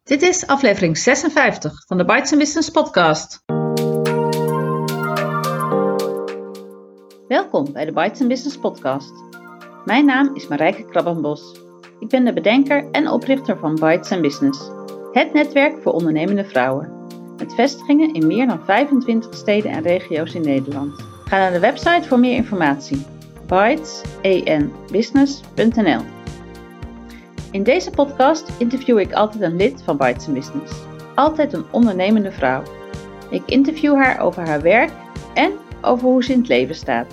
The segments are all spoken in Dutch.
Dit is aflevering 56 van de Bites & Business podcast. Welkom bij de Bites & Business podcast. Mijn naam is Marijke Krabbenbos. Ik ben de bedenker en oprichter van Bites & Business. Het netwerk voor ondernemende vrouwen. Met vestigingen in meer dan 25 steden en regio's in Nederland. Ga naar de website voor meer informatie. bitesandbusiness.nl. In deze podcast interview ik altijd een lid van Bites & Business. Altijd een ondernemende vrouw. Ik interview haar over haar werk en over hoe ze in het leven staat.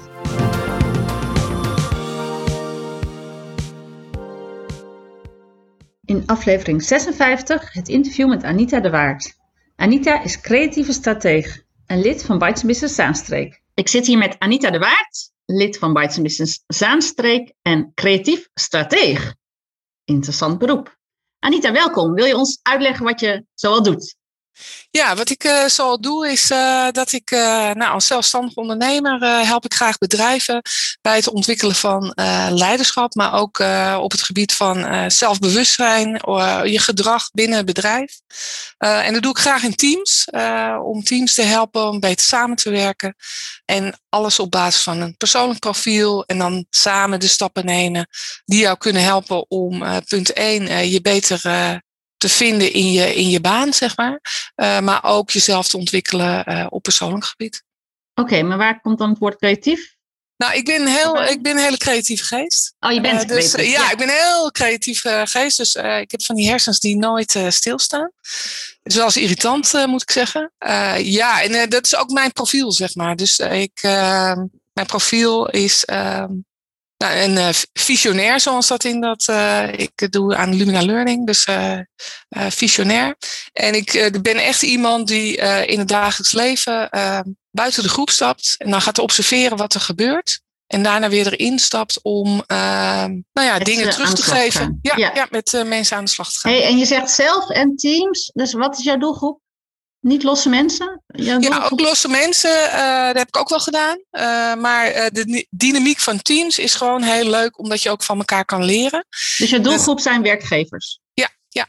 In aflevering 56 het interview met Anita de Waard. Anita is creatieve strateeg en lid van Bites & Business Zaanstreek. Ik zit hier met Anita de Waard, lid van Bites & Business Zaanstreek en creatief strateeg. Interessant beroep. Anita, welkom. Wil je ons uitleggen wat je zoal doet? Ja, wat ik zoal doe is dat ik als zelfstandig ondernemer help ik graag bedrijven bij het ontwikkelen van leiderschap, maar ook op het gebied van zelfbewustzijn, je gedrag binnen het bedrijf. En dat doe ik graag in teams, om teams te helpen om beter samen te werken. En alles op basis van een persoonlijk profiel en dan samen de stappen nemen die jou kunnen helpen om punt 1 je beter te vinden in je baan, zeg maar ook jezelf te ontwikkelen op persoonlijk gebied. Oké, maar waar komt dan het woord creatief? Nou, ik ben een hele creatieve geest. Oh, je bent creatief. Ja, ik ben een heel creatieve geest. Dus ik heb van die hersens die nooit stilstaan. Het is wel eens irritant, moet ik zeggen. En dat is ook mijn profiel, zeg maar. Dus mijn profiel is een visionair, zoals dat ik doe aan Lumina Learning, dus visionair. En ik ben echt iemand die in het dagelijks leven buiten de groep stapt en dan gaat observeren wat er gebeurt. En daarna weer erin stapt om dingen terug te geven. Ja, met mensen aan de slag te gaan. Hey, en je zegt zelf en teams, dus wat is jouw doelgroep? Niet losse mensen? Ja, ook losse mensen. Dat heb ik ook wel gedaan. Maar de dynamiek van teams is gewoon heel leuk, omdat je ook van elkaar kan leren. Dus je doelgroep zijn werkgevers? Ja.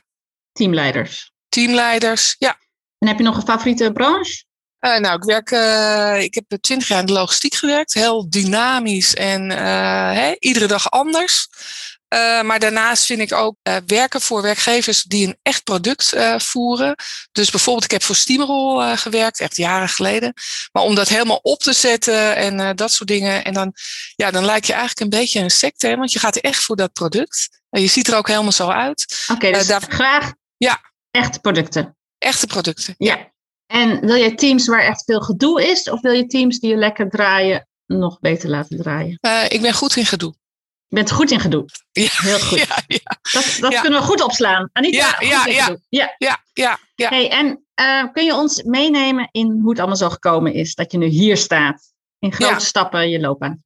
Teamleiders, ja. En heb je nog een favoriete branche? Ik heb 20 jaar in de logistiek gewerkt. Heel dynamisch en iedere dag anders. Maar daarnaast vind ik ook werken voor werkgevers die een echt product voeren. Dus bijvoorbeeld, ik heb voor Steamroll gewerkt, echt jaren geleden. Maar om dat helemaal op te zetten en dat soort dingen. En dan lijkt je eigenlijk een beetje een secte, hè, want je gaat echt voor dat product. Je ziet er ook helemaal zo uit. Oké, dus graag echte producten. Echte producten, ja. En wil je teams waar echt veel gedoe is? Of wil je teams die je lekker draaien nog beter laten draaien? Ik ben goed in gedoe. Je bent goed in gedoe. Ja, heel goed. Ja. Dat kunnen we goed opslaan. Anita, Ja. Hey, en kun je ons meenemen in hoe het allemaal zo gekomen is dat je nu hier staat? In grote stappen je loopbaan.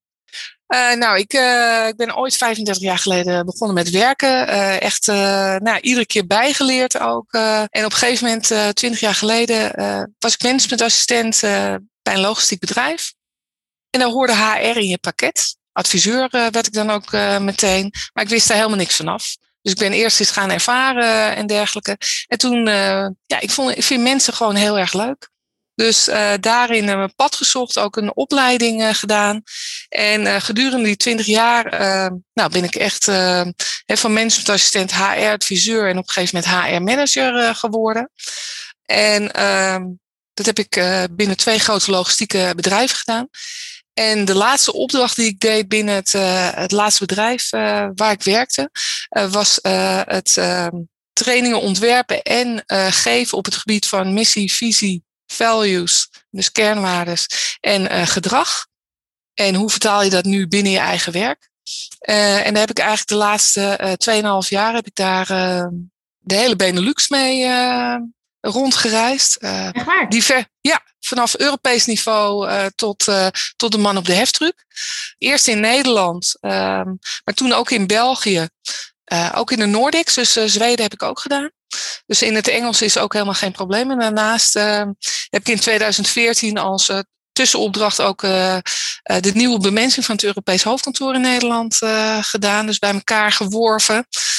Ik ben ooit 35 jaar geleden begonnen met werken. Iedere keer bijgeleerd ook. En op een gegeven moment, 20 jaar geleden, was ik managementassistent bij een logistiek bedrijf. En daar hoorde HR in je pakket. Adviseur werd ik dan ook meteen. Maar ik wist daar helemaal niks vanaf. Dus ik ben eerst eens gaan ervaren en dergelijke. En toen, ik vind mensen gewoon heel erg leuk. Dus daarin mijn pad gezocht, ook een opleiding gedaan. En gedurende die 20 jaar ben ik echt van managementassistent HR-adviseur en op een gegeven moment HR-manager geworden. En dat heb ik binnen 2 grote logistieke bedrijven gedaan. En de laatste opdracht die ik deed binnen het laatste bedrijf waar ik werkte, was het trainingen ontwerpen en geven op het gebied van missie, visie, values, dus kernwaardes en gedrag. En hoe vertaal je dat nu binnen je eigen werk? En daar heb ik eigenlijk de laatste 2,5 jaar heb ik daar de hele Benelux mee rondgereisd. Echt waar? Vanaf Europees niveau tot de man op de heftruck. Eerst in Nederland, maar toen ook in België. Ook in de Nordics, dus Zweden heb ik ook gedaan. Dus in het Engels is ook helemaal geen probleem. En daarnaast heb ik in 2014 als tussenopdracht ook de nieuwe bemensing van het Europees hoofdkantoor in Nederland gedaan. Dus bij elkaar geworven.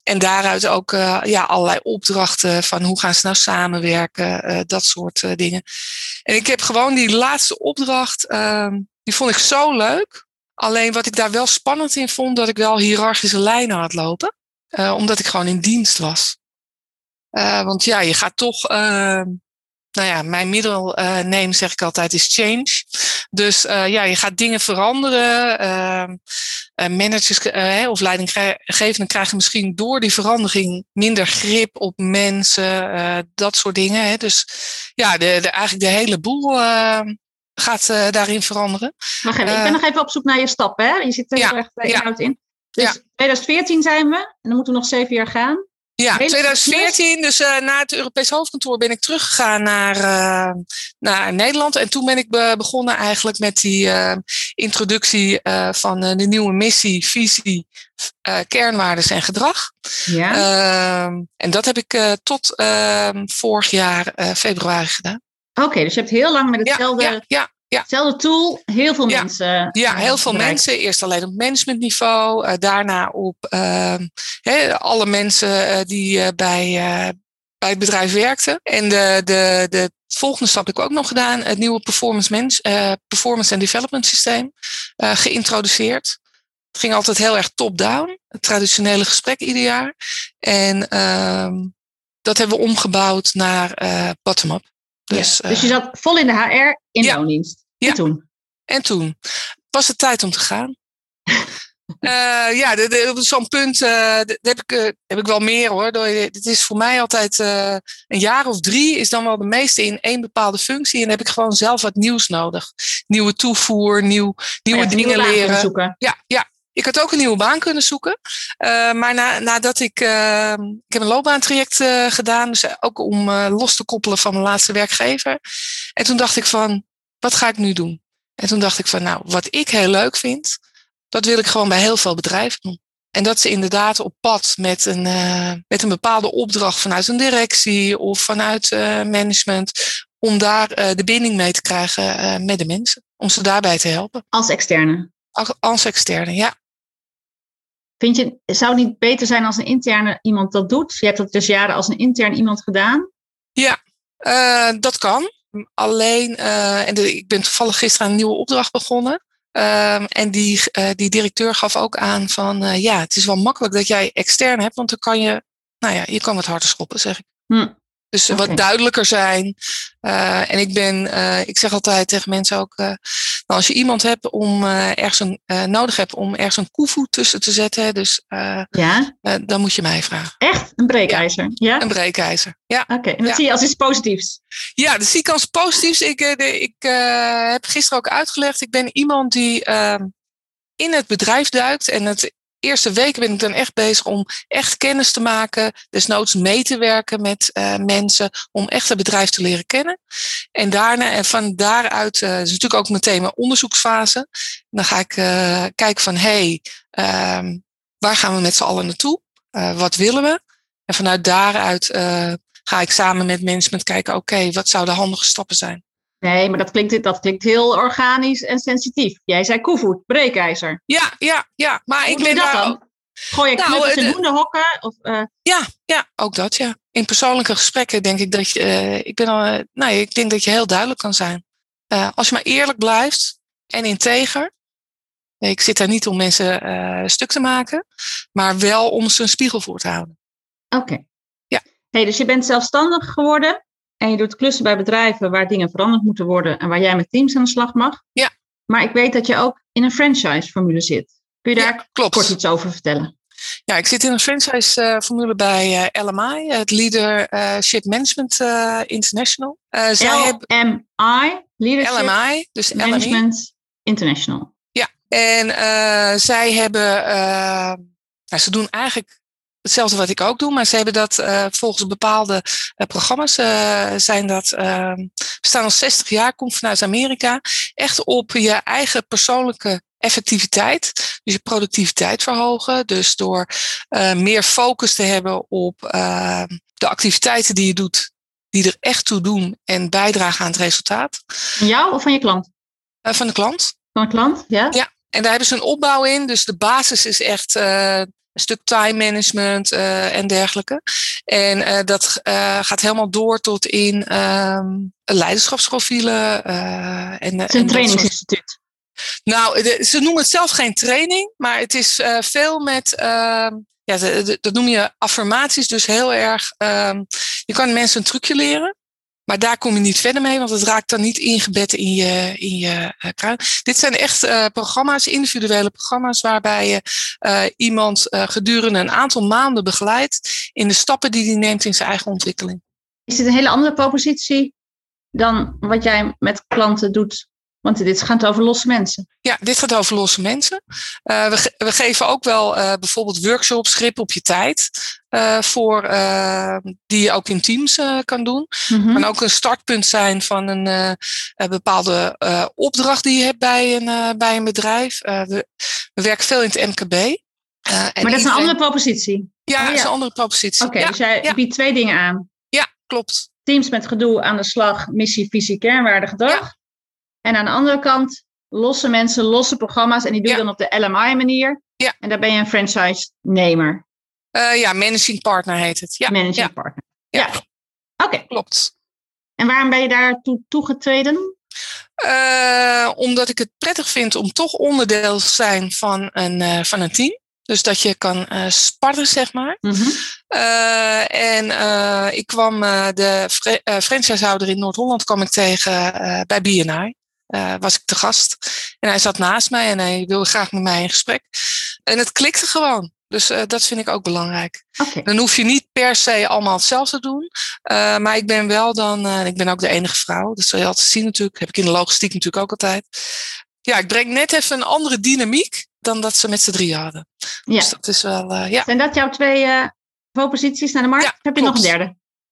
En daaruit ook allerlei opdrachten van hoe gaan ze nou samenwerken, dat soort dingen. En ik heb gewoon die laatste opdracht, die vond ik zo leuk. Alleen wat ik daar wel spannend in vond, dat ik wel hiërarchische lijnen had lopen. Omdat ik gewoon in dienst was. Want ja, je gaat toch... mijn middelneem zeg ik altijd is change. Dus je gaat dingen veranderen. Managers of leidinggevenden krijgen misschien door die verandering minder grip op mensen. Dat soort dingen. Hè. Dus ja, eigenlijk de hele boel gaat daarin veranderen. Wacht even, ik ben nog even op zoek naar je stappen. Hè? Je zit er heel erg inhoud in. Dus 2014 zijn we en dan moeten we nog 7 jaar gaan. Ja, 2014, dus na het Europees hoofdkantoor ben ik teruggegaan naar Nederland. En toen ben ik begonnen eigenlijk met die introductie van de nieuwe missie, visie, kernwaarden en gedrag. Ja. En dat heb ik tot vorig jaar februari gedaan. Oké, dus je hebt heel lang met hetzelfde... Hetzelfde tool, heel veel mensen. Ja, heel veel mensen. Eerst alleen op managementniveau. Daarna op alle mensen die bij het bedrijf werkten. En de volgende stap heb ik ook nog gedaan. Het nieuwe performance and development systeem geïntroduceerd. Het ging altijd heel erg top-down. Het traditionele gesprek ieder jaar. En dat hebben we omgebouwd naar bottom-up. Dus je zat vol in de HR in loondienst. En toen was het tijd om te gaan. Op zo'n punt heb ik wel meer hoor. Het is voor mij altijd een jaar of 3 is dan wel de meeste in één bepaalde functie. En dan heb ik gewoon zelf wat nieuws nodig. Nieuwe toevoer, nieuwe dingen leren. Zoeken. Ja. Ik had ook een nieuwe baan kunnen zoeken. Maar nadat ik heb een loopbaantraject gedaan. Dus ook om los te koppelen van mijn laatste werkgever. En toen dacht ik van, wat ga ik nu doen? En toen dacht ik van, nou, wat ik heel leuk vind, dat wil ik gewoon bij heel veel bedrijven doen. En dat ze inderdaad op pad met een bepaalde opdracht vanuit een directie of vanuit management, om daar de binding mee te krijgen met de mensen. Om ze daarbij te helpen. Als externe? Als externe, ja. Vind je, zou het niet beter zijn als een interne iemand dat doet? Je hebt dat dus jaren als een intern iemand gedaan. Ja, dat kan. Alleen, ik ben toevallig gisteren aan een nieuwe opdracht begonnen. En die directeur gaf ook aan van, het is wel makkelijk dat jij extern hebt, want dan kan je, je kan wat harder schoppen, zeg ik. Dus wat duidelijker zijn. En ik zeg altijd tegen mensen ook, als je iemand hebt om nodig hebt om ergens een koevoet tussen te zetten, dus dan moet je mij vragen. Echt? Een breekijzer? Ja? Een breekijzer, ja. Oké, en dat zie je als iets positiefs? Ja, dat zie ik als positiefs. Ik heb gisteren ook uitgelegd, ik ben iemand die in het bedrijf duikt en het eerste weken ben ik dan echt bezig om echt kennis te maken, desnoods mee te werken met mensen, om echt het bedrijf te leren kennen. En daarna, en van daaruit, is natuurlijk ook meteen mijn onderzoeksfase. Dan ga ik kijken van, waar gaan we met z'n allen naartoe? Wat willen we? En vanuit daaruit ga ik samen met management kijken, oké, wat zouden handige stappen zijn? Nee, maar dat klinkt heel organisch en sensitief. Jij zei koevoet, breekijzer. Ja. Maar hoe ik ben daar dan? Gooi je knuppels in hoenderhokken? Of, Ja, ook dat, ja. In persoonlijke gesprekken denk ik dat ik denk dat je heel duidelijk kan zijn. Als je maar eerlijk blijft en integer. Ik zit daar niet om mensen stuk te maken, maar wel om ze een spiegel voor te houden. Oké. Ja. Dus je bent zelfstandig geworden. En je doet klussen bij bedrijven waar dingen veranderd moeten worden en waar jij met teams aan de slag mag. Ja. Maar ik weet dat je ook in een franchise-formule zit. Kun je daar kort iets over vertellen? Ja, ik zit in een franchise-formule bij LMI, het Leadership Management International. LMI, Leadership LMI, dus Management International. Ja, en zij hebben, ze doen eigenlijk hetzelfde wat ik ook doe, maar ze hebben dat volgens bepaalde programma's zijn dat, bestaan al 60 jaar, komt vanuit Amerika, echt op je eigen persoonlijke effectiviteit, dus je productiviteit verhogen, dus door meer focus te hebben op de activiteiten die je doet, die er echt toe doen en bijdragen aan het resultaat. Van jou of van je klant? Van de klant. Van de klant, ja. Ja. En daar hebben ze een opbouw in. Dus de basis is echt een stuk time management en dergelijke. En dat gaat helemaal door tot in leiderschapsprofielen. Het is een trainingsinstituut. Nou, ze noemen het zelf geen training, maar het is veel met, dat noem je affirmaties, dus heel erg, je kan mensen een trucje leren, maar daar kom je niet verder mee, want het raakt dan niet ingebed in je kruin. Dit zijn echt programma's, individuele programma's, waarbij je iemand gedurende een aantal maanden begeleidt in de stappen die hij neemt in zijn eigen ontwikkeling. Is dit een hele andere propositie dan wat jij met klanten doet? Want dit gaat over losse mensen. Ja, dit gaat over losse mensen. We geven ook wel bijvoorbeeld workshops, grip op je tijd. Die je ook in teams kan doen. Mm-hmm. Kan ook een startpunt zijn van een bepaalde opdracht die je hebt bij een bedrijf. We werken veel in het MKB. Maar dat is een andere propositie? Ja, dat is een andere propositie. Oké, dus jij biedt 2 dingen aan. Ja, klopt. Teams met gedoe aan de slag, missie, visie, kernwaarden, gedrag. Ja. En aan de andere kant losse mensen, losse programma's. En die doe je dan op de LMI-manier. Ja. En daar ben je een franchise-nemer. Managing partner heet het. Ja. Managing partner. Ja. Oké. Klopt. En waarom ben je daartoe toegetreden? Omdat ik het prettig vind om toch onderdeel te zijn van een team. Dus dat je kan sparren, zeg maar. Mm-hmm. Ik kwam de franchisehouder in Noord-Holland kwam ik tegen bij BNI. Was ik te gast. En hij zat naast mij en hij wilde graag met mij in gesprek. En het klikte gewoon. Dus dat vind ik ook belangrijk. Okay. Dan hoef je niet per se allemaal hetzelfde te doen. Maar ik ben wel ik ben ook de enige vrouw. Dat zul je altijd zien natuurlijk. Heb ik in de logistiek natuurlijk ook altijd. Ja, ik breng net even een andere dynamiek dan dat ze met z'n 3 hadden. Ja. Dus dat is wel, Zijn dat jouw 2 proposities naar de markt? Ja, Heb je klopt. nog een derde?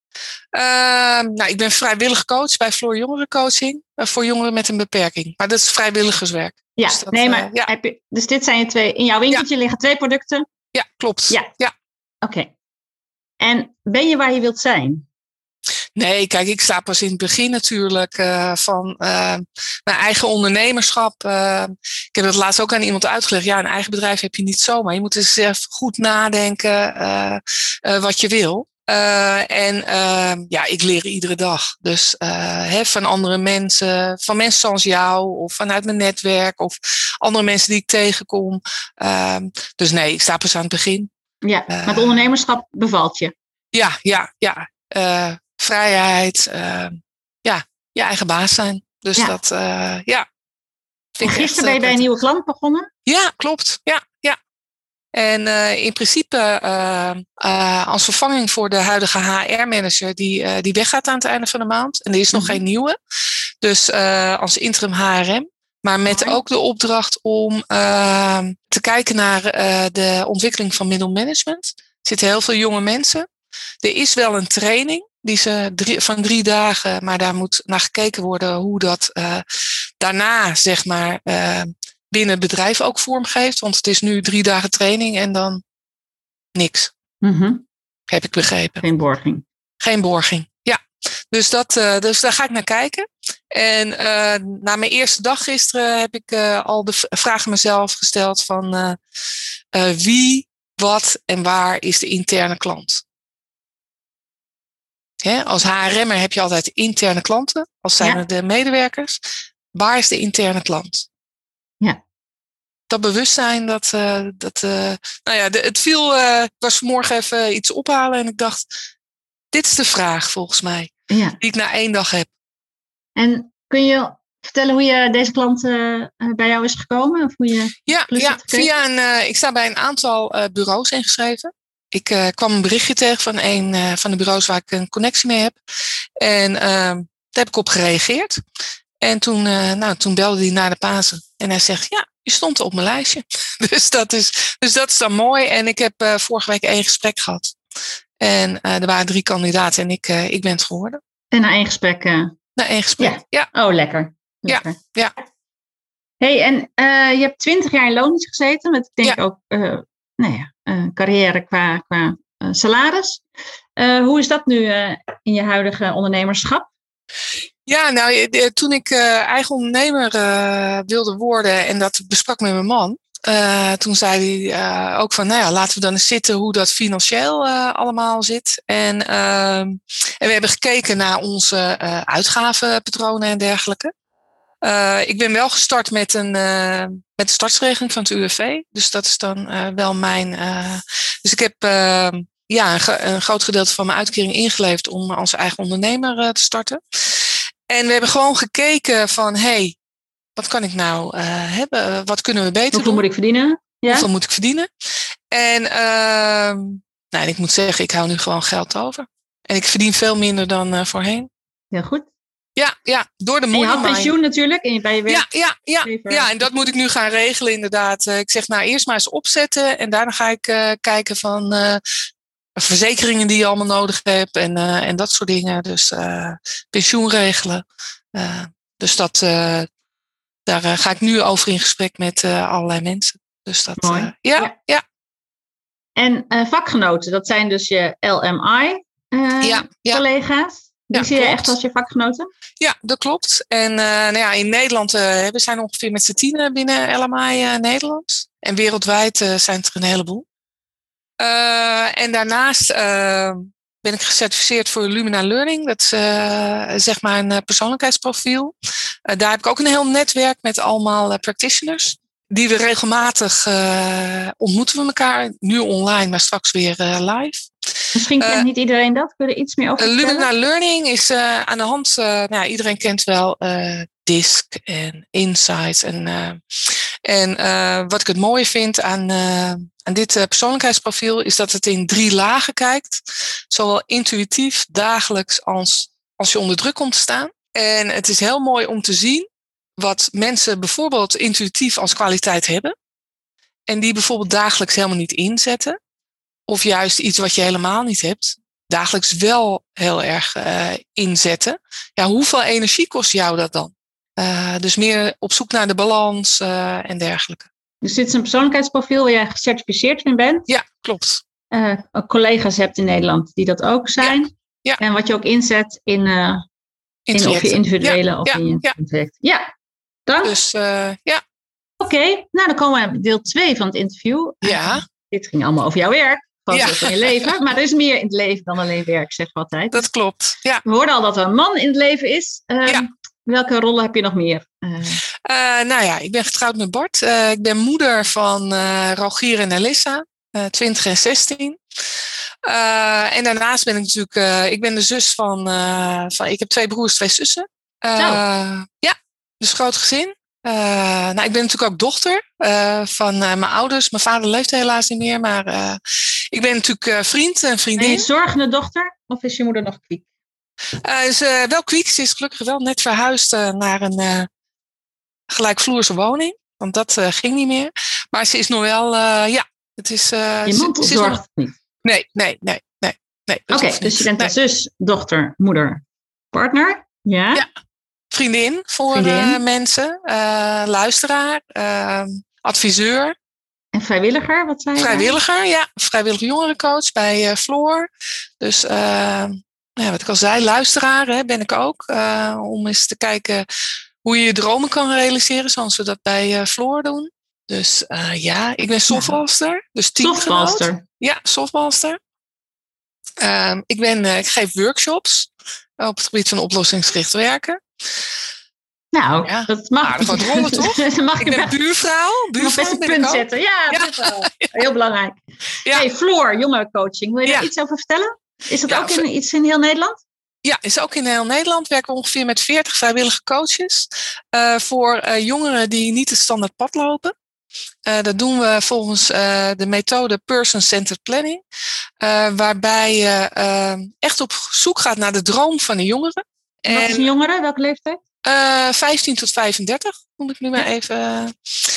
Ik ben vrijwillig coach bij Floor Jongerencoaching. Voor jongeren met een beperking. Maar dat is vrijwilligerswerk. Ja, dus dat, dus dit zijn je 2. In jouw winkeltje liggen 2 producten? Ja, klopt. Ja. Oké. En ben je waar je wilt zijn? Nee, kijk, ik sta pas in het begin natuurlijk van mijn eigen ondernemerschap. Ik heb het laatst ook aan iemand uitgelegd. Ja, een eigen bedrijf heb je niet zomaar. Je moet eens even goed nadenken wat je wil. Ik leer iedere dag. Dus van andere mensen, van mensen zoals jou of vanuit mijn netwerk of andere mensen die ik tegenkom. Dus nee, ik sta pas aan het begin. Ja, maar het ondernemerschap bevalt je? Ja. Vrijheid, je eigen baas zijn. Dus dat, vind ik gisteren ben je bij een nieuwe klant begonnen? Ja, klopt. Ja. En in principe als vervanging voor de huidige HR-manager die weggaat aan het einde van de maand. En er is nog geen nieuwe. Dus als interim HRM. Maar met ook de opdracht om te kijken naar de ontwikkeling van middelmanagement. Er zitten heel veel jonge mensen. Er is wel een training van 3 dagen. Maar daar moet naar gekeken worden hoe dat daarna zeg maar binnen het bedrijf ook vormgeeft. Want het is nu 3 dagen training en dan niks. Mm-hmm. Heb ik begrepen. Geen borging. Ja. Dus daar ga ik naar kijken. En na mijn eerste dag gisteren heb ik al de vraag mezelf gesteld van wie, wat en waar is de interne klant? Als HRM'er heb je altijd interne klanten, als zijn er de medewerkers. Waar is de interne klant? Ja. Dat bewustzijn, het viel, ik was vanmorgen even iets ophalen en ik dacht, dit is de vraag volgens mij, die ik na 1 dag heb. En kun je vertellen hoe je deze klant bij jou is gekomen? Of hoe je ik sta bij een aantal bureaus ingeschreven. Ik kwam een berichtje tegen van een van de bureaus waar ik een connectie mee heb. En daar heb ik op gereageerd. En toen belde hij naar de Pasen. En hij zegt, ja, je stond op mijn lijstje. Dus dat is dan mooi. En ik heb vorige week 1 gesprek gehad. En er waren 3 kandidaten en ik ben het geworden. En na 1 gesprek? Na 1 gesprek, ja. Oh, lekker. Ja. Hey, en je hebt 20 jaar in loondienst gezeten. Met ik denk ook carrière qua salaris. Hoe is dat nu in je huidige ondernemerschap? Ja, nou, toen ik eigen ondernemer wilde worden en dat besprak met mijn man, Toen zei hij ook van, nou ja, laten we dan eens zitten hoe dat financieel allemaal zit. En we hebben gekeken naar onze uitgavenpatronen en dergelijke. Ik ben wel gestart met de startregeling van het UWV. Dus dat is dan wel mijn... dus ik heb een groot gedeelte van mijn uitkering ingeleverd om als eigen ondernemer te starten. En we hebben gewoon gekeken van, hey, wat kan ik nou hebben? Wat kunnen we beter doen? Hoeveel moet ik verdienen? Ja? Hoeveel moet ik verdienen? En ik moet zeggen, ik hou nu gewoon geld over. En ik verdien veel minder dan voorheen. Heel goed. Ja, door de money. En je had pensioen natuurlijk en bij je werk. Ja, en dat moet ik nu gaan regelen inderdaad. Ik zeg nou eerst maar eens opzetten en daarna ga ik kijken van verzekeringen die je allemaal nodig hebt en dat soort dingen. Dus pensioen regelen. Dus daar ga ik nu over in gesprek met allerlei mensen. Dus dat, mooi. Ja. En vakgenoten, dat zijn dus je LMI-collega's. Die zie je echt als je vakgenoten? Ja, dat klopt. En in Nederland, we zijn ongeveer met z'n 10 binnen LMI Nederland. En wereldwijd zijn het er een heleboel. En daarnaast ben ik gecertificeerd voor Lumina Learning. Dat is zeg maar een persoonlijkheidsprofiel. Daar heb ik ook een heel netwerk met allemaal practitioners. Die we regelmatig ontmoeten we elkaar. Nu online, maar straks weer live. Misschien kent niet iedereen dat. Kun je er iets meer over vertellen? Lumina Learning is aan de hand... iedereen kent wel DISC en Insights. En wat ik het mooie vind aan dit persoonlijkheidsprofiel... is dat het in 3 lagen kijkt. Zowel intuïtief, dagelijks als je onder druk komt te staan. En het is heel mooi om te zien... wat mensen bijvoorbeeld intuïtief als kwaliteit hebben. En die bijvoorbeeld dagelijks helemaal niet inzetten. Of juist iets wat je helemaal niet hebt. Dagelijks wel heel erg inzetten. Ja, hoeveel energie kost jou dat dan? Dus meer op zoek naar de balans en dergelijke. Dus dit is een persoonlijkheidsprofiel waar jij gecertificeerd in bent? Ja, klopt. Collega's hebt in Nederland die dat ook zijn. Ja. En wat je ook inzet in of je individuele of in je project. Ja, dank. Dus Oké, nou dan komen we bij deel 2 van het interview. Ja. Dit ging allemaal over jouw werk, van je leven. Maar er is meer in het leven dan alleen werk, zeg we altijd. Dat klopt, ja. We hoorden al dat er een man in het leven is. Welke rollen heb je nog meer? Ik ben getrouwd met Bart. Ik ben moeder van Rogier en Elissa, 20 en 16. En daarnaast ben ik natuurlijk... ik ben de zus van... ik heb 2 broers, 2 zussen. Dus groot gezin. Ik ben natuurlijk ook dochter van mijn ouders. Mijn vader leeft helaas niet meer, maar ik ben natuurlijk vriend en vriendin. En je zorgende dochter? Of is je moeder nog kwiek? Is wel kwiek. Ze is gelukkig wel net verhuisd naar een gelijkvloerse woning. Want dat ging niet meer. Maar ze is nog wel, het is... je mantelzorgt het niet? Nee. Oké, dus je bent de zus, dochter, moeder, partner. Ja. Vriendin voor mensen, luisteraar, adviseur. En vrijwilliger, wat zei je? Vrijwilliger, vrijwillig jongerencoach bij Floor. Dus wat ik al zei, luisteraar ben ik ook. Om eens te kijken hoe je je dromen kan realiseren, zoals we dat bij Floor doen. Dus ik ben softbalster. Dus softbalster? Ja, softbalster. Ik geef workshops op het gebied van oplossingsgericht werken. Nou, dat mag. Aardig wat rollen, toch? Ik ben buurvrouw. Mag best een punt zetten. Ja, dat is wel heel belangrijk. Ja. Hey, Floor, jongerencoaching. Wil je daar iets over vertellen? Is dat ook iets in heel Nederland? Ja, is ook in heel Nederland. Werken we ongeveer met 40 vrijwillige coaches. Voor jongeren die niet het standaard pad lopen. Dat doen we volgens de methode Person-Centered Planning. Waarbij je echt op zoek gaat naar de droom van de jongeren. Wat is een jongere? Welke leeftijd? 15 tot 35, moet ik nu maar even.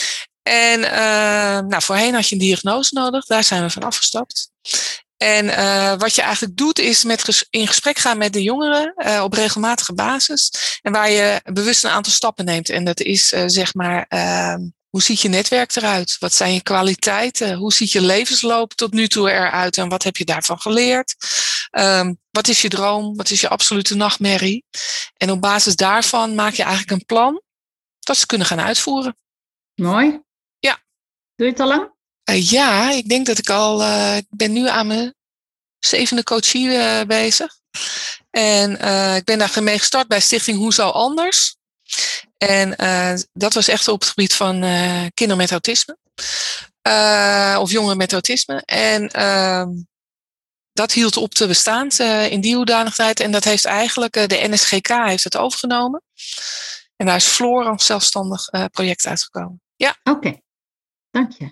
En voorheen had je een diagnose nodig. Daar zijn we van afgestapt. En wat je eigenlijk doet is in gesprek gaan met de jongeren op regelmatige basis. En waar je bewust een aantal stappen neemt. En dat is hoe ziet je netwerk eruit? Wat zijn je kwaliteiten? Hoe ziet je levensloop tot nu toe eruit? En wat heb je daarvan geleerd? Wat is je droom? Wat is je absolute nachtmerrie? En op basis daarvan maak je eigenlijk een plan dat ze kunnen gaan uitvoeren. Mooi. Ja. Doe je het al lang? Ja, ik denk dat ik ik ben nu aan mijn 7e coachie bezig. En ik ben daar mee gestart bij Stichting Hoezo Anders. En dat was echt op het gebied van kinderen met autisme. Of jongeren met autisme. En dat hield op te bestaan in die hoedanigheid. En dat heeft eigenlijk, de NSGK heeft het overgenomen. En daar is Floor als zelfstandig project uitgekomen. Ja. Oké, dank je.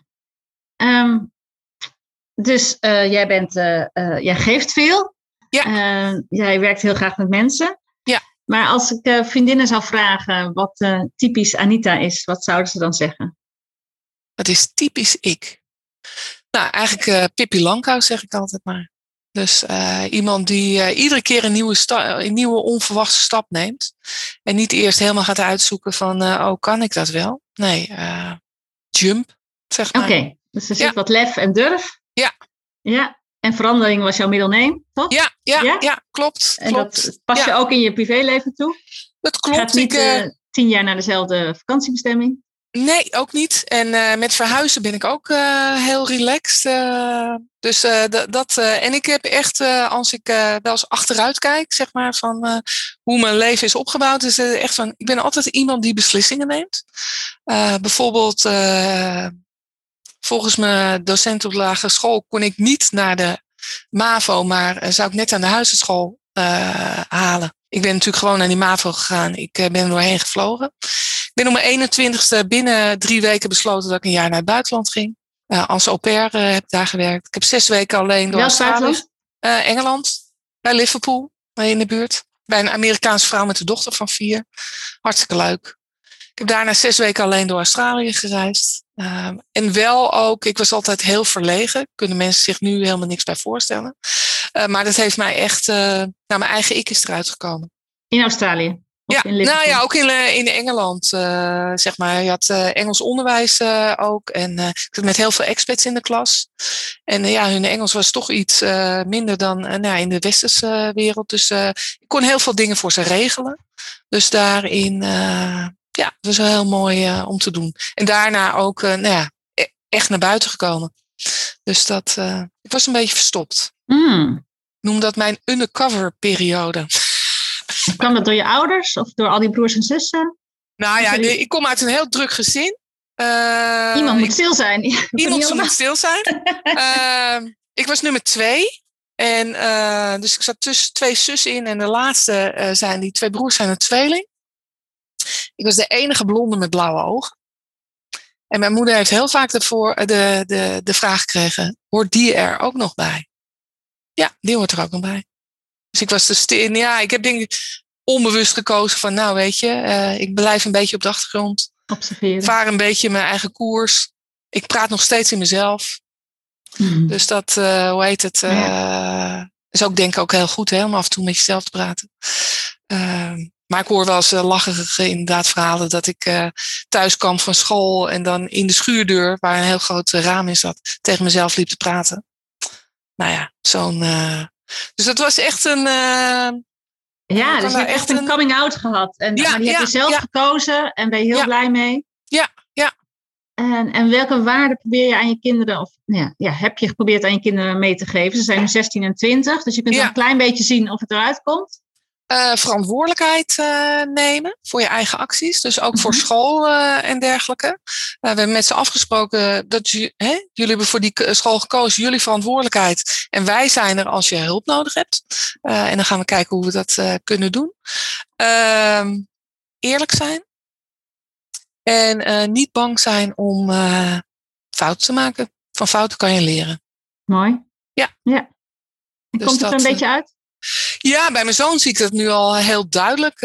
Dus jij geeft veel. Ja. Jij werkt heel graag met mensen. Ja. Maar als ik vriendinnen zou vragen wat typisch Anita is, wat zouden ze dan zeggen? Wat is typisch ik? Nou, eigenlijk Pippi Langkous zeg ik altijd maar. Dus iemand die iedere keer een nieuwe onverwachte stap neemt. En niet eerst helemaal gaat uitzoeken van, kan ik dat wel? Nee, jump, zeg maar. Oké, dus er zit wat lef en durf. Ja. Ja, en verandering was jouw middelneem, toch? Ja, klopt. En dat pas je ook in je privéleven toe? Dat klopt. Je gaat niet 10 jaar naar dezelfde vakantiebestemming? Nee, ook niet. En met verhuizen ben ik ook heel relaxed. En ik heb echt, als ik wel eens achteruit kijk, zeg maar, van hoe mijn leven is opgebouwd, is echt van, ik ben altijd iemand die beslissingen neemt. Bijvoorbeeld, volgens mijn docent op de lagere school kon ik niet naar de MAVO, maar zou ik net aan de huisartschool halen. Ik ben natuurlijk gewoon naar die MAVO gegaan. Ik ben er doorheen gevlogen. Ik ben op mijn 21ste binnen 3 weken besloten dat ik een jaar naar het buitenland ging. Als au pair heb ik daar gewerkt. Ik heb 6 weken alleen door Australië. Engeland, bij Liverpool, in de buurt. Bij een Amerikaanse vrouw met een dochter van 4. Hartstikke leuk. Ik heb daarna 6 weken alleen door Australië gereisd. En wel ook, ik was altijd heel verlegen. Kunnen mensen zich nu helemaal niks bij voorstellen. Maar dat heeft mij echt, naar mijn eigen ik is eruit gekomen. In Australië? Ook in Engeland, zeg maar. Je had Engels onderwijs ook. En ik zat met heel veel expats in de klas. En hun Engels was toch iets minder dan in de westerse wereld. Dus ik kon heel veel dingen voor ze regelen. Dus daarin, dat was wel heel mooi om te doen. En daarna ook, echt naar buiten gekomen. Dus ik was een beetje verstopt. Ik noem dat mijn undercover periode. Kwam dat door je ouders of door al die broers en zussen? Nou ja, ik kom uit een heel druk gezin. Iemand moet stil zijn. Iemand moet stil zijn. Ik was nummer 2. En dus ik zat tussen 2 zussen in. En de laatste die 2 broers zijn een tweeling. Ik was de enige blonde met blauwe ogen. En mijn moeder heeft heel vaak de vraag gekregen. Hoort die er ook nog bij? Ja, die hoort er ook nog bij. Dus ik was ik heb denk ik onbewust gekozen van, nou weet je, ik blijf een beetje op de achtergrond. Observeren. Vaar een beetje mijn eigen koers. Ik praat nog steeds in mezelf. Dus dat, is ook denk ik ook heel goed, hè, om af en toe met jezelf te praten. Maar ik hoor wel eens lachige inderdaad verhalen dat ik thuis kwam van school en dan in de schuurdeur, waar een heel groot raam in zat, tegen mezelf liep te praten. Nou ja, dus dat was echt een... dus je hebt echt een coming out gehad. Maar die heb je zelf gekozen en ben je heel blij mee. Ja. En welke waarden probeer je aan je kinderen, heb je geprobeerd aan je kinderen mee te geven? Ze zijn nu 16 en 20, dus je kunt een klein beetje zien of het eruit komt. Verantwoordelijkheid nemen voor je eigen acties. Dus ook voor school en dergelijke. We hebben met ze afgesproken dat jullie hebben voor die school gekozen. Jullie verantwoordelijkheid. En wij zijn er als je hulp nodig hebt. En dan gaan we kijken hoe we dat kunnen doen. Eerlijk zijn. En niet bang zijn om fouten te maken. Van fouten kan je leren. Mooi. Ja. En dus komt het er een beetje uit? Ja, bij mijn zoon zie ik dat nu al heel duidelijk.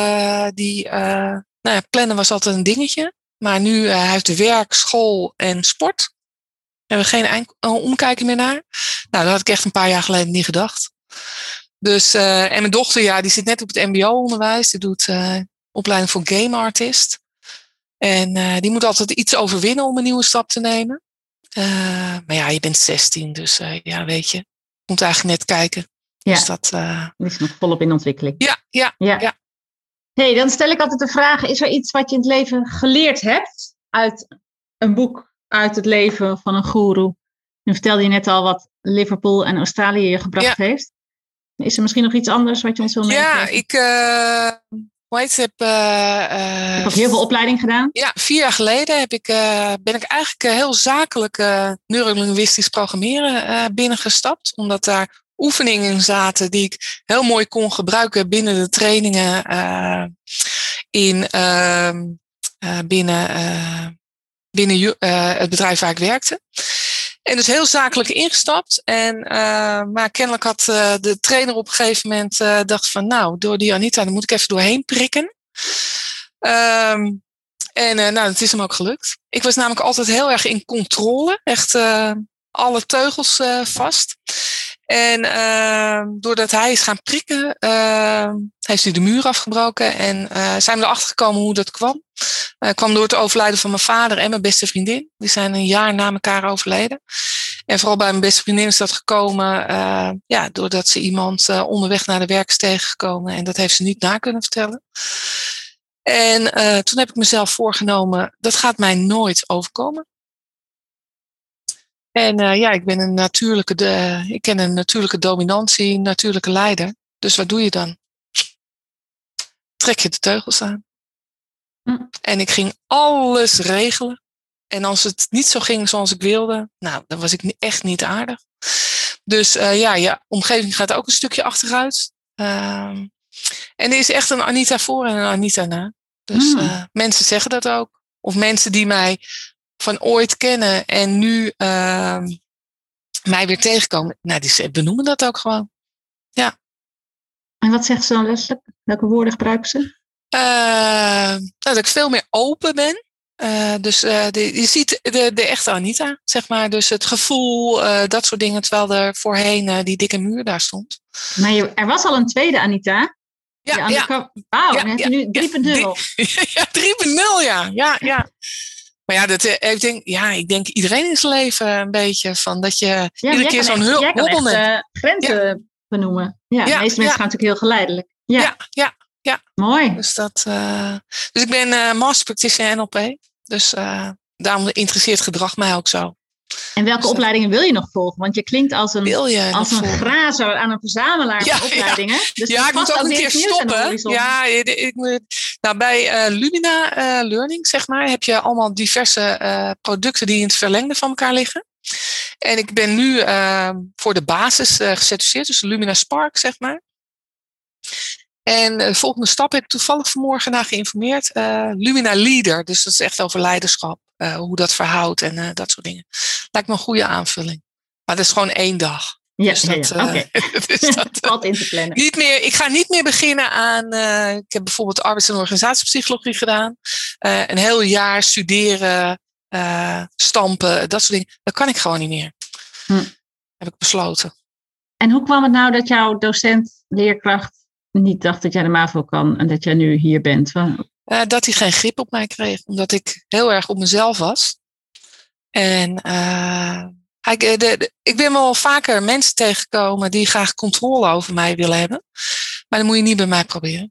Plannen was altijd een dingetje. Maar nu hij heeft werk, school en sport. Daar hebben we geen omkijken meer naar. Nou, dat had ik echt een paar jaar geleden niet gedacht. Dus, en mijn dochter, die zit net op het mbo-onderwijs. Die doet opleiding voor game artist. En die moet altijd iets overwinnen om een nieuwe stap te nemen. Maar je bent 16, dus weet je. Je moet eigenlijk net kijken. Ja, dus dat is nog volop in ontwikkeling. Ja. Hey, dan stel ik altijd de vraag, is er iets wat je in het leven geleerd hebt uit een boek, uit het leven van een goeroe? Nu vertelde je net al wat Liverpool en Australië je gebracht heeft. Is er misschien nog iets anders wat je ons wil meegeven? Ja, ik heb... je hebt ook heel veel opleiding gedaan? Ja, 4 jaar geleden ben ik eigenlijk heel zakelijk neurolinguïstisch programmeren binnengestapt. Omdat daar oefeningen in zaten die ik heel mooi kon gebruiken binnen de trainingen binnen het bedrijf waar ik werkte. En dus heel zakelijk ingestapt. Maar kennelijk had de trainer op een gegeven moment dacht van nou, door die Anita, daar moet ik even doorheen prikken. Dat is hem ook gelukt. Ik was namelijk altijd heel erg in controle. Echt alle teugels vast. En doordat hij is gaan prikken, heeft hij de muur afgebroken. En zijn we erachter gekomen hoe dat kwam. Kwam door het overlijden van mijn vader en mijn beste vriendin. Die zijn een jaar na elkaar overleden. En vooral bij mijn beste vriendin is dat gekomen doordat ze iemand onderweg naar de werk is tegengekomen. En dat heeft ze niet na kunnen vertellen. En toen heb ik mezelf voorgenomen, dat gaat mij nooit overkomen. En ik ken een natuurlijke dominantie, een natuurlijke leider. Dus wat doe je dan? Trek je de teugels aan. En ik ging alles regelen. En als het niet zo ging zoals ik wilde, nou, dan was ik echt niet aardig. Dus je omgeving gaat ook een stukje achteruit. En er is echt een Anita voor en een Anita na. Dus mensen zeggen dat ook. Of mensen die mij van ooit kennen en nu mij weer tegenkomen. Nou, die benoemen dat ook gewoon. Ja. En wat zegt ze dan letterlijk? Welke woorden gebruiken ze? Dat ik veel meer open ben. Je ziet de echte Anita, zeg maar. Dus het gevoel, dat soort dingen. Terwijl er voorheen die dikke muur daar stond. Maar er was al een tweede Anita. Ja. Wauw, dan heb je nu 3.0. Ja, 3.0, ja. Maar ja, ik denk iedereen in zijn leven een beetje. Van dat je iedere keer zo'n hobbel neemt. Grenzen benoemen. Ja, de meeste mensen gaan natuurlijk heel geleidelijk. Ja. Mooi. Dus ik ben Master Practitioner NLP. Dus daarom interesseert gedrag mij ook zo. En welke opleidingen wil je nog volgen? Want je klinkt als een grazer aan een verzamelaar van opleidingen. Dus ik moet ook een keer stoppen. Bij Lumina Learning, zeg maar, heb je allemaal diverse producten die in het verlengde van elkaar liggen. En ik ben nu voor de basis gecertificeerd, dus Lumina Spark, zeg maar. En de volgende stap heb ik toevallig vanmorgen naar geïnformeerd. Lumina Leader, dus dat is echt over leiderschap. Hoe dat verhoudt en dat soort dingen. Lijkt me een goede aanvulling. Maar dat is gewoon 1 dag. Ja, dus oké. Valt in te plannen. Ik ga niet meer beginnen aan... ik heb bijvoorbeeld arbeids- en organisatiepsychologie gedaan. Een heel jaar studeren, stampen, dat soort dingen. Dat kan ik gewoon niet meer. Heb ik besloten. En hoe kwam het nou dat jouw docent, leerkracht niet dacht dat jij de MAVO kan en dat jij nu hier bent? Dat hij geen grip op mij kreeg. Omdat ik heel erg op mezelf was. En ik ben wel vaker mensen tegengekomen die graag controle over mij willen hebben. Maar dat moet je niet bij mij proberen.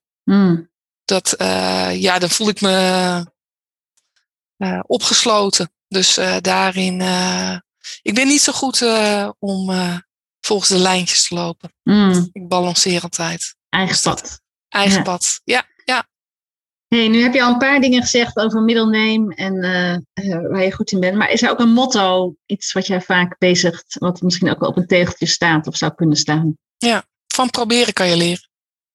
Dan voel ik me opgesloten. Dus daarin... ik ben niet zo goed om volgens de lijntjes te lopen. Ik balanceer altijd. Eigen pad. Ja. Hey, nu heb je al een paar dingen gezegd over middle name en waar je goed in bent. Maar is er ook een motto, iets wat jij vaak bezigt, wat misschien ook wel op een tegeltje staat of zou kunnen staan? Ja, van proberen kan je leren.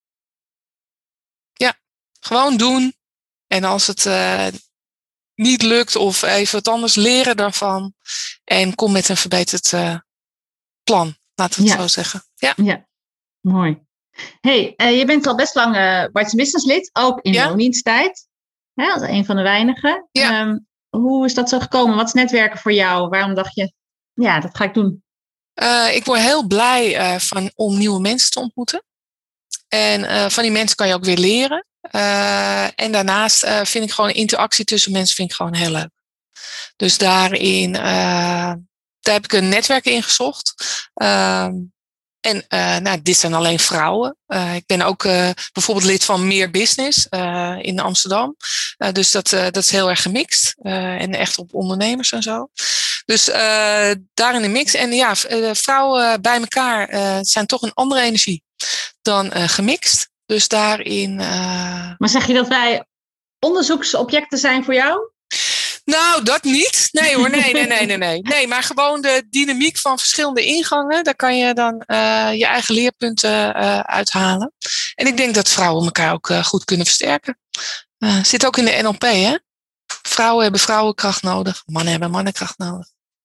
Ja, gewoon doen. En als het niet lukt of even wat anders, leren daarvan. En kom met een verbeterd plan, laten we het zo zeggen. Ja, mooi. Hey, je bent al best lang Bites Business lid, ook in loondiensttijd. Als een van de weinigen. Ja. Hoe is dat zo gekomen? Wat is netwerken voor jou? Waarom dacht je, dat ga ik doen? Ik word heel blij om nieuwe mensen te ontmoeten. En van die mensen kan je ook weer leren. En daarnaast vind ik gewoon interactie tussen mensen vind ik gewoon heel leuk. Dus daar heb ik een netwerk in gezocht. En dit zijn alleen vrouwen. Ik ben ook bijvoorbeeld lid van Meer Business in Amsterdam. Dus dat is heel erg gemixt. En echt op ondernemers en zo. Dus daarin de mix. En ja, vrouwen bij elkaar zijn toch een andere energie dan gemixt. Dus daarin... Maar zeg je dat wij onderzoeksobjecten zijn voor jou? Nou, dat niet. Nee hoor, nee. Nee, maar gewoon de dynamiek van verschillende ingangen. Daar kan je dan je eigen leerpunten uithalen. En ik denk dat vrouwen elkaar ook goed kunnen versterken. Zit ook in de NLP, hè? Vrouwen hebben vrouwenkracht nodig. Mannen hebben mannenkracht nodig.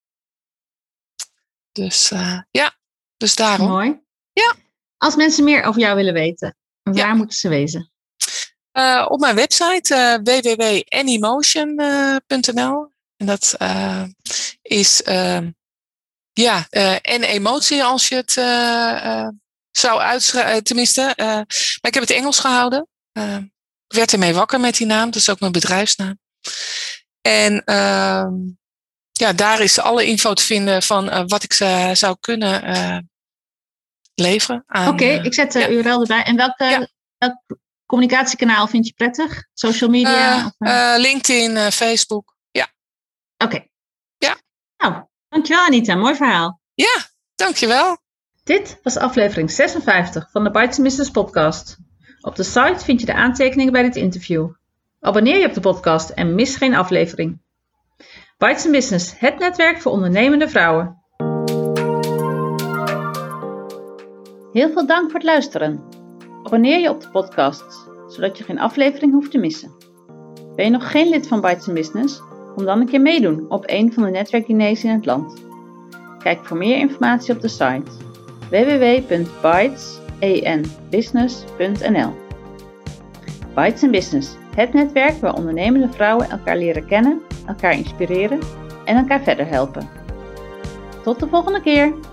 Dus dus daarom. Mooi. Ja. Als mensen meer over jou willen weten, waar moeten ze wezen? Op mijn website www.nemotion.nl. En dat is en emotie als je het zou uitschrijven. Tenminste, maar ik heb het Engels gehouden. Ik werd ermee wakker met die naam. Dat is ook mijn bedrijfsnaam. En daar is alle info te vinden van wat ik zou kunnen leveren. Oké, ik zet de URL erbij. En welk communicatiekanaal vind je prettig? Social media? LinkedIn, Facebook. Ja. Oké. Ja. Nou, dankjewel Anita. Mooi verhaal. Ja, dankjewel. Dit was aflevering 56 van de Bites Business podcast. Op de site vind je de aantekeningen bij dit interview. Abonneer je op de podcast en mis geen aflevering. Bites Business, het netwerk voor ondernemende vrouwen. Heel veel dank voor het luisteren. Abonneer je op de podcast, zodat je geen aflevering hoeft te missen. Ben je nog geen lid van Bites Business? Kom dan een keer meedoen op een van de netwerkdiners in het land. Kijk voor meer informatie op de site www.bitesenbusiness.nl. Bites Business, het netwerk waar ondernemende vrouwen elkaar leren kennen, elkaar inspireren en elkaar verder helpen. Tot de volgende keer!